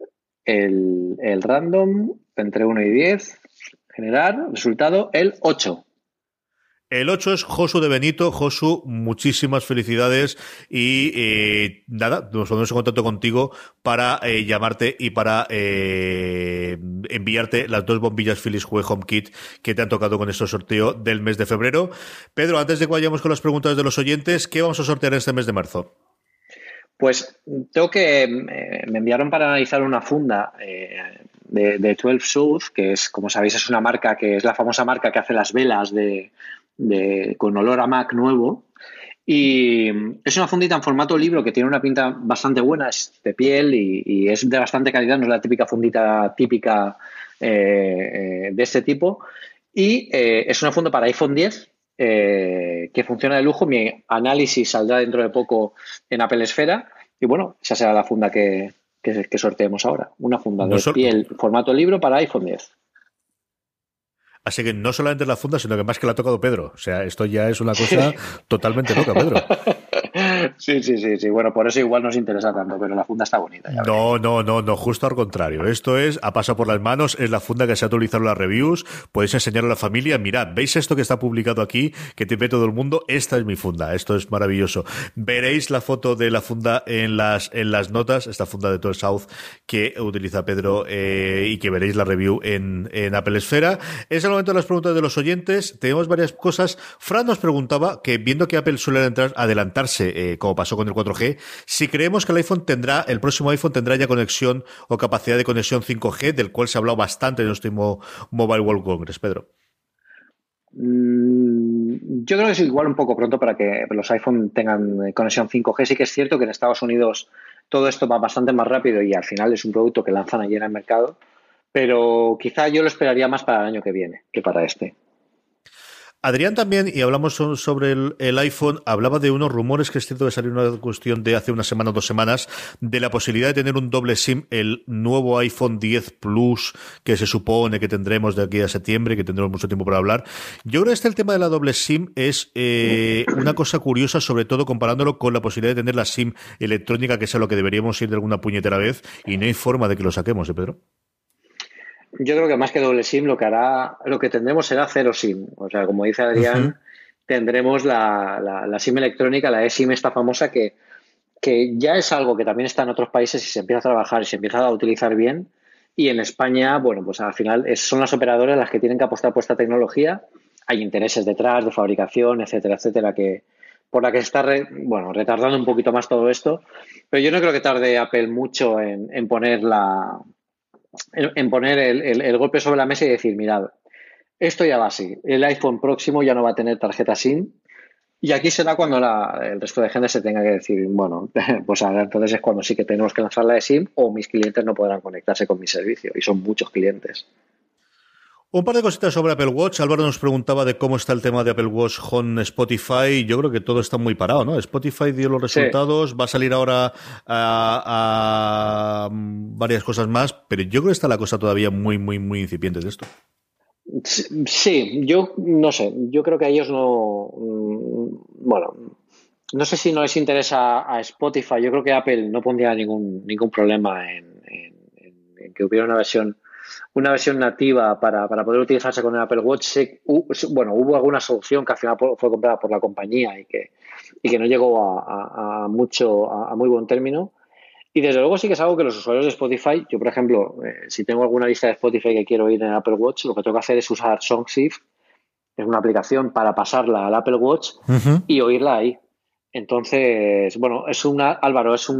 random entre 1 y 10. Generar, resultado, el 8. El 8 es Josu de Benito. Josu, muchísimas felicidades y nada, nos ponemos en contacto contigo para llamarte y para enviarte las 2 bombillas Philips Hue HomeKit que te han tocado con este sorteo del mes de febrero. Pedro, antes de que vayamos con las preguntas de los oyentes, ¿qué vamos a sortear este mes de marzo? Pues tengo que me enviaron para analizar una funda de 12 South, que es, como sabéis, es una marca que es la famosa marca que hace las velas con olor a Mac nuevo, y es una fundita en formato libro que tiene una pinta bastante buena, es de piel y es de bastante calidad, no es la típica fundita típica de este tipo, y es una funda para iPhone X que funciona de lujo. Mi análisis saldrá dentro de poco en Apple Esfera y bueno, esa será la funda que sorteemos ahora, una funda de piel formato libro para iPhone X. Así que no solamente es la funda, sino que más que la ha tocado Pedro. O sea, esto ya es una cosa totalmente loca, Pedro. Sí. Bueno, por eso igual nos interesa tanto, pero la funda está bonita. No, justo al contrario. Esto ha pasado por las manos, es la funda que se ha utilizado en las reviews. Podéis enseñarlo a la familia. Mirad, ¿veis esto que está publicado aquí? Que te ve todo el mundo. Esta es mi funda. Esto es maravilloso. Veréis la foto de la funda en las notas, esta funda de 12 South que utiliza Pedro, y que veréis la review en Apple Esfera. Es el momento de las preguntas de los oyentes. Tenemos varias cosas. Fran nos preguntaba que, viendo que Apple suele adelantarse, como pasó con el 4G, si creemos que el próximo iPhone tendrá ya conexión o capacidad de conexión 5G, del cual se ha hablado bastante en nuestro Mobile World Congress, Pedro. Yo creo que es igual un poco pronto para que los iPhone tengan conexión 5G. Sí que es cierto que en Estados Unidos todo esto va bastante más rápido y al final es un producto que lanzan ayer al mercado, pero quizá yo lo esperaría más para el año que viene que para este. Adrián también, y hablamos sobre el iPhone, hablaba de unos rumores que es cierto que salió una cuestión de hace una semana o 2 semanas, de la posibilidad de tener un doble SIM, el nuevo iPhone 10 Plus, que se supone que tendremos de aquí a septiembre, que tendremos mucho tiempo para hablar. Yo creo que el tema de la doble SIM es una cosa curiosa, sobre todo comparándolo con la posibilidad de tener la SIM electrónica, que es a lo que deberíamos ir de alguna puñetera vez, y no hay forma de que lo saquemos, Pedro? Yo creo que más que doble SIM lo que tendremos será cero SIM. O sea, como dice Adrián, tendremos la SIM electrónica, la eSIM esta famosa, que ya es algo que también está en otros países y se empieza a trabajar y se empieza a utilizar bien. Y en España, bueno, pues al final son las operadoras las que tienen que apostar por esta tecnología. Hay intereses detrás de fabricación, etcétera, por la que se está retardando un poquito más todo esto. Pero yo no creo que tarde Apple mucho en poner el golpe sobre la mesa y decir, mirad, esto ya va así. El iPhone próximo ya no va a tener tarjeta SIM y aquí será cuando el resto de gente se tenga que decir, bueno, pues ahora entonces es cuando sí que tenemos que lanzar la de SIM o mis clientes no podrán conectarse con mi servicio, y son muchos clientes. Un par de cositas sobre Apple Watch. Álvaro nos preguntaba de cómo está el tema de Apple Watch con Spotify. Yo creo que todo está muy parado, ¿no? Spotify dio los resultados, va a salir ahora a varias cosas más, pero yo creo que está la cosa todavía muy incipiente de esto. Sí, yo no sé. Yo creo que a ellos no... Bueno, no sé si no les interesa a Spotify. Yo creo que Apple no pondría ningún problema en que hubiera una versión nativa para poder utilizarse con el Apple Watch. Hubo alguna solución que al final fue comprada por la compañía y que no llegó a muy buen término. Y desde luego sí que es algo que los usuarios de Spotify, yo por ejemplo, si tengo alguna lista de Spotify que quiero oír en Apple Watch, lo que tengo que hacer es usar SongShift, que es una aplicación para pasarla al Apple Watch y oírla ahí. Entonces, bueno, Álvaro, es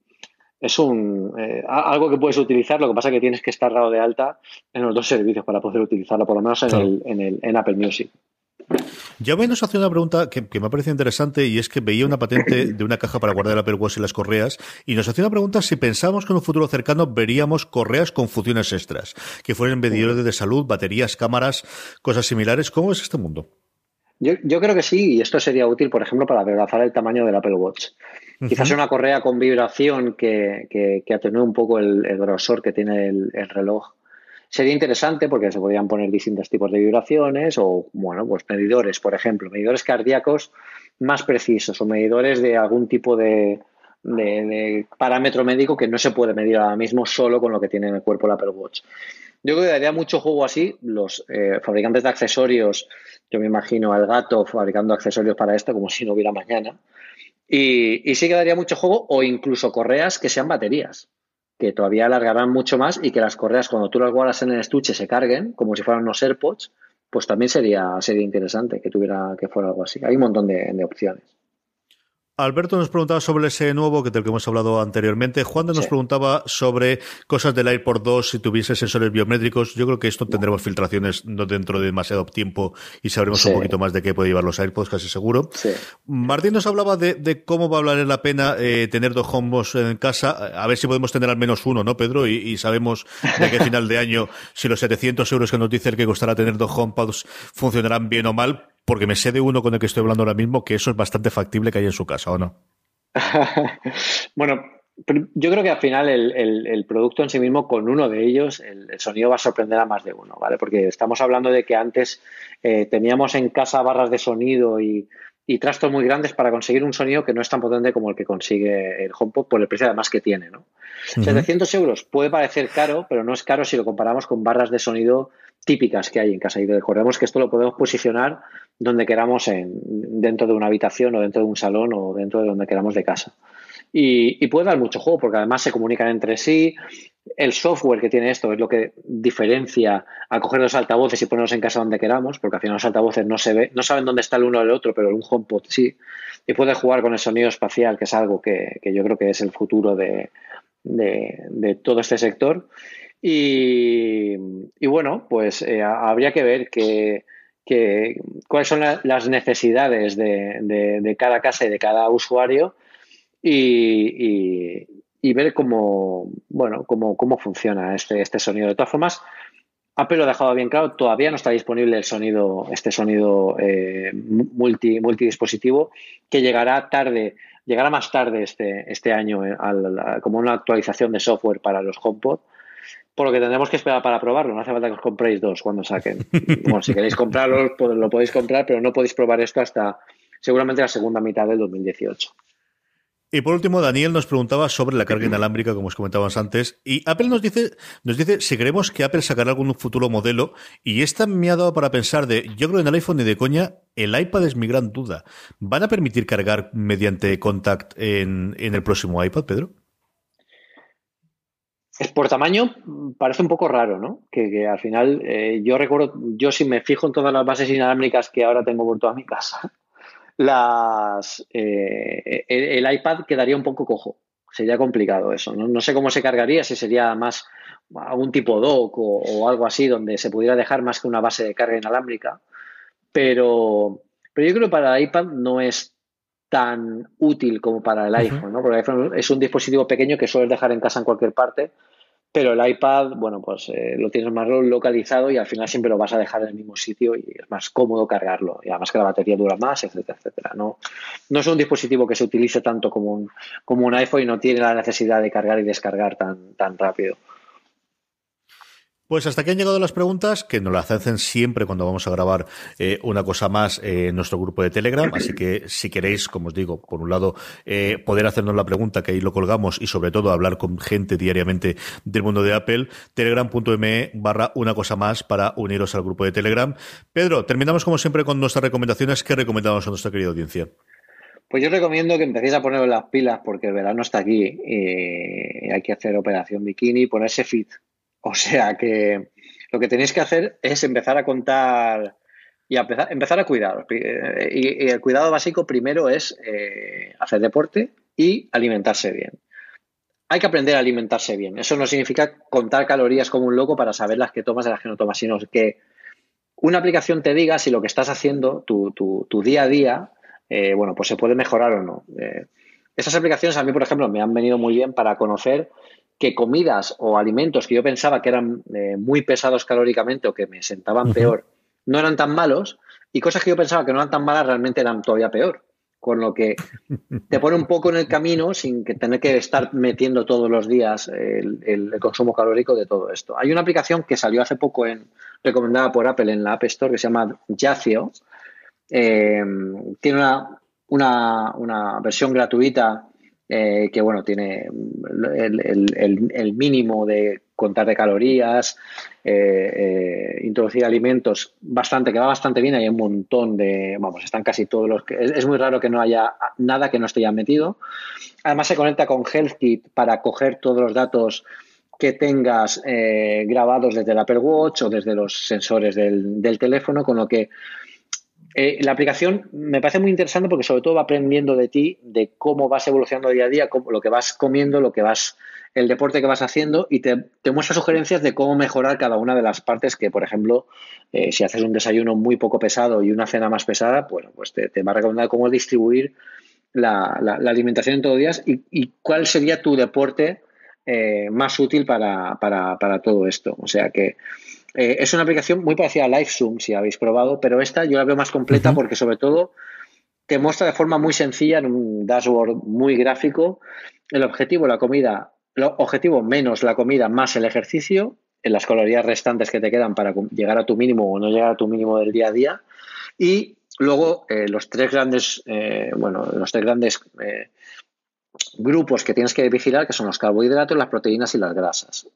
algo que puedes utilizar, lo que pasa es que tienes que estar dado de alta en los 2 servicios para poder utilizarlo, por lo menos en Apple Music. Ya nos hace una pregunta que me ha parecido interesante y es que veía una patente de una caja para guardar el Apple Watch y las correas y nos hacía una pregunta si pensamos que en un futuro cercano veríamos correas con funciones extras, que fueran medidores de salud, baterías, cámaras, cosas similares. ¿Cómo es este mundo? Yo creo que sí, y esto sería útil, por ejemplo, para adelgazar el tamaño del Apple Watch. Quizás Ujú. una correa con vibración que atenúe un poco el grosor que tiene el reloj. Sería interesante porque se podrían poner distintos tipos de vibraciones o, bueno, pues medidores, por ejemplo, medidores cardíacos más precisos o medidores de algún tipo de parámetro médico que no se puede medir ahora mismo solo con lo que tiene en el cuerpo el Apple Watch. Yo creo que daría mucho juego así. Los fabricantes de accesorios, yo me imagino al gato fabricando accesorios para esto como si no hubiera mañana. Y sí que daría mucho juego o incluso correas que sean baterías, que todavía alargarán mucho más y que las correas cuando tú las guardas en el estuche se carguen como si fueran unos AirPods, pues también sería interesante que fuera algo así. Hay un montón de opciones. Alberto nos preguntaba sobre ese nuevo, del que hemos hablado anteriormente. Juan Sí, nos preguntaba sobre cosas del AirPod 2, si tuviese sensores biométricos. Yo creo que esto tendremos filtraciones no dentro de demasiado tiempo y sabremos un sí, poquito más de qué puede llevar los AirPods, casi seguro. sí. Martín nos hablaba de cómo va a valer la pena tener dos HomePods en casa. A ver si podemos tener al menos uno, ¿no, Pedro? Y sabemos de qué final de año si los 700 euros que nos dice el que costará tener dos HomePods funcionarán bien o mal, porque me sé de uno con el que estoy hablando ahora mismo que eso es bastante factible que haya en su casa, ¿o no? Bueno, yo creo que al final el producto en sí mismo, con uno de ellos, el sonido va a sorprender a más de uno, ¿vale? Porque estamos hablando de que antes teníamos en casa barras de sonido y trastos muy grandes para conseguir un sonido que no es tan potente como el que consigue el HomePod por el precio además que tiene, ¿no? Ujú. 700 euros puede parecer caro, pero no es caro si lo comparamos con barras de sonido típicas que hay en casa. Y recordemos que esto lo podemos posicionar donde queramos, dentro de una habitación o dentro de un salón o dentro de donde queramos de casa. Y puede dar mucho juego porque además se comunican entre sí. El software que tiene esto es lo que diferencia a coger los altavoces y ponerlos en casa donde queramos, porque al final los altavoces no saben dónde está el uno o el otro, pero un HomePod sí. Y puede jugar con el sonido espacial, que es algo que yo creo que es el futuro de todo este sector. Y bueno, pues habría que ver cuáles son las necesidades de cada casa y de cada usuario y ver cómo funciona este sonido. De todas formas, Apple lo ha dejado bien claro, todavía no está disponible este sonido multidispositivo, que llegará más tarde este año como una actualización de software para los HomePod, por lo que tendremos que esperar para probarlo. No hace falta que os compréis dos cuando saquen. Bueno, si queréis comprarlo, pues lo podéis comprar, pero no podéis probar esto hasta seguramente la segunda mitad del 2018. Y por último, Daniel nos preguntaba sobre la carga inalámbrica, como os comentábamos antes, y Apple nos dice si creemos que Apple sacará algún futuro modelo, y esta me ha dado para pensar yo creo que en el iPhone ni de coña, el iPad es mi gran duda. ¿Van a permitir cargar mediante Contact en el próximo iPad, Pedro? Es por tamaño, parece un poco raro, ¿no? Que al final, yo recuerdo, yo si me fijo en todas las bases inalámbricas que ahora tengo por toda mi casa, el iPad quedaría un poco cojo. Sería complicado eso, ¿no? No sé cómo se cargaría, si sería más algún tipo dock o algo así, donde se pudiera dejar más que una base de carga inalámbrica. Pero yo creo que para el iPad no es tan útil como para el Ujú. iPhone, ¿no? Porque el iPhone es un dispositivo pequeño que sueles dejar en casa en cualquier parte, pero el iPad, bueno, pues lo tienes más localizado y al final siempre lo vas a dejar en el mismo sitio y es más cómodo cargarlo. Y además que la batería dura más, etcétera, etcétera. No es un dispositivo que se utilice tanto como un iPhone y no tiene la necesidad de cargar y descargar tan rápido. Pues hasta aquí han llegado las preguntas, que nos las hacen siempre cuando vamos a grabar una cosa más en nuestro grupo de Telegram. Así que si queréis, como os digo, por un lado, poder hacernos la pregunta, que ahí lo colgamos, y sobre todo hablar con gente diariamente del mundo de Apple, telegram.me/una cosa más para uniros al grupo de Telegram. Pedro, terminamos como siempre con nuestras recomendaciones. ¿Qué recomendamos a nuestra querida audiencia? Pues yo recomiendo que empecéis a poneros las pilas porque el verano está aquí y hay que hacer operación bikini y ponerse fit. O sea que lo que tenéis que hacer es empezar a contar y empezar a cuidaros. Y el cuidado básico primero es hacer deporte y alimentarse bien. Hay que aprender a alimentarse bien. Eso no significa contar calorías como un loco para saber las que tomas y las que no tomas, sino que una aplicación te diga si lo que estás haciendo, tu día a día, bueno, pues se puede mejorar o no. Esas aplicaciones a mí, por ejemplo, me han venido muy bien para conocer que comidas o alimentos que yo pensaba que eran muy pesados calóricamente o que me sentaban peor, no eran tan malos, y cosas que yo pensaba que no eran tan malas realmente eran todavía peor. Con lo que te pone un poco en el camino sin que tener que estar metiendo todos los días el consumo calórico de todo esto. Hay una aplicación que salió hace poco recomendada por Apple en la App Store que se llama Yacio. Tiene una versión gratuita que, bueno, tiene el mínimo de contar de calorías, introducir alimentos que va bastante bien. Hay un montón están casi todos los que... Es muy raro que no haya nada que no esté ya metido. Además se conecta con HealthKit para coger todos los datos que tengas grabados desde el Apple Watch o desde los sensores del teléfono, con lo que la aplicación me parece muy interesante porque sobre todo va aprendiendo de ti, de cómo vas evolucionando día a día, lo que vas comiendo, el deporte que vas haciendo, y te muestra sugerencias de cómo mejorar cada una de las partes que, por ejemplo, si haces un desayuno muy poco pesado y una cena más pesada, bueno, pues te va a recomendar cómo distribuir la alimentación en todos los días y cuál sería tu deporte más útil para todo esto. O sea que es una aplicación muy parecida a LiveZoom, si habéis probado, pero esta yo la veo más completa porque sobre todo te muestra de forma muy sencilla en un dashboard muy gráfico el objetivo menos la comida más el ejercicio, en las calorías restantes que te quedan para llegar a tu mínimo o no llegar a tu mínimo del día a día, y luego los tres grandes grupos que tienes que vigilar, que son los carbohidratos, las proteínas y las grasas.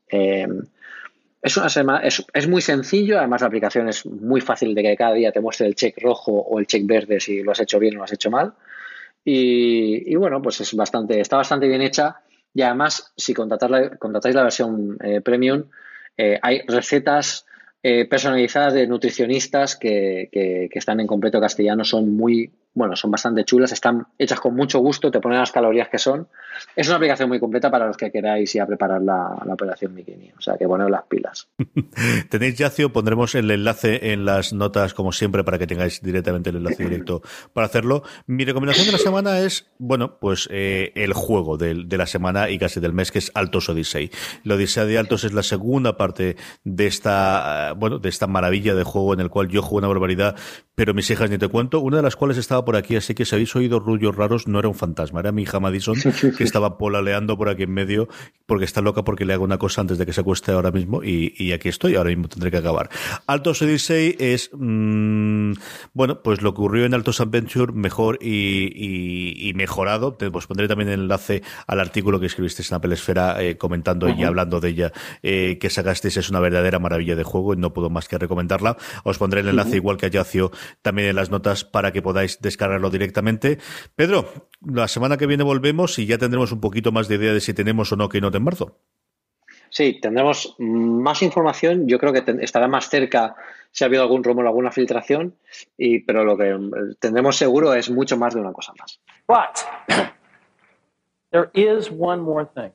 Es muy sencillo, además la aplicación es muy fácil de que cada día te muestre el check rojo o el check verde si lo has hecho bien o lo has hecho mal. Y bueno, pues está bastante bien hecha, y además si contratáis la versión premium, hay recetas personalizadas de nutricionistas que están en completo castellano, son bastante chulas, están hechas con mucho gusto, te ponen las calorías que son. Es una aplicación muy completa para los que queráis ir a preparar la operación bikini, o sea que poneos las pilas. Tenéis Yacio, pondremos el enlace en las notas como siempre para que tengáis directamente el enlace directo para hacerlo. Mi recomendación de la semana es, bueno, pues el juego de la semana y casi del mes, que es Altos Odyssey. La Odisea de Altos es la segunda parte de esta maravilla de juego en el cual yo jugué una barbaridad, pero mis hijas ni te cuento, una de las cuales estaba por aquí, así que si habéis oído ruidos raros, no era un fantasma, era mi hija Madison, que estaba polaleando por aquí en medio, porque está loca porque le hago una cosa antes de que se acueste ahora mismo, y aquí estoy, ahora mismo tendré que acabar. Altos Odyssey es, bueno, pues lo que ocurrió en Altos Adventure, mejor y mejorado. Os pondré también el enlace al artículo que escribisteis en Apple Esfera comentando y hablando de ella, que sacasteis. Es una verdadera maravilla de juego y no puedo más que recomendarla. Os pondré el enlace, igual que a Yacio, también en las notas para que podáis descargarlo directamente. Pedro, la semana que viene volvemos y ya tendremos un poquito más de idea de si tenemos o no Keynote en marzo. Sí, tendremos más información. Yo creo que estará más cerca si ha habido algún rumor, alguna filtración, pero lo que tendremos seguro es mucho más de una cosa más. But there is one more thing.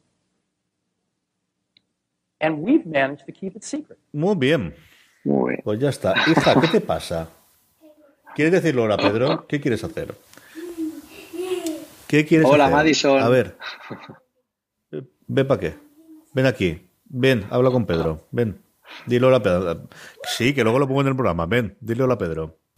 And we've managed to keep it secret. Muy bien. Muy bien. Pues ya está. Hija, ¿qué te pasa? ¿Quieres decirlo ahora, Pedro? ¿Qué quieres hacer? ¿Qué quieres Hola, hacer? Madison. A ver. Ven para qué. Ven aquí. Ven, habla con Pedro. Ven. Dile hola, Pedro. Sí, que luego lo pongo en el programa. Ven, dile hola, Pedro.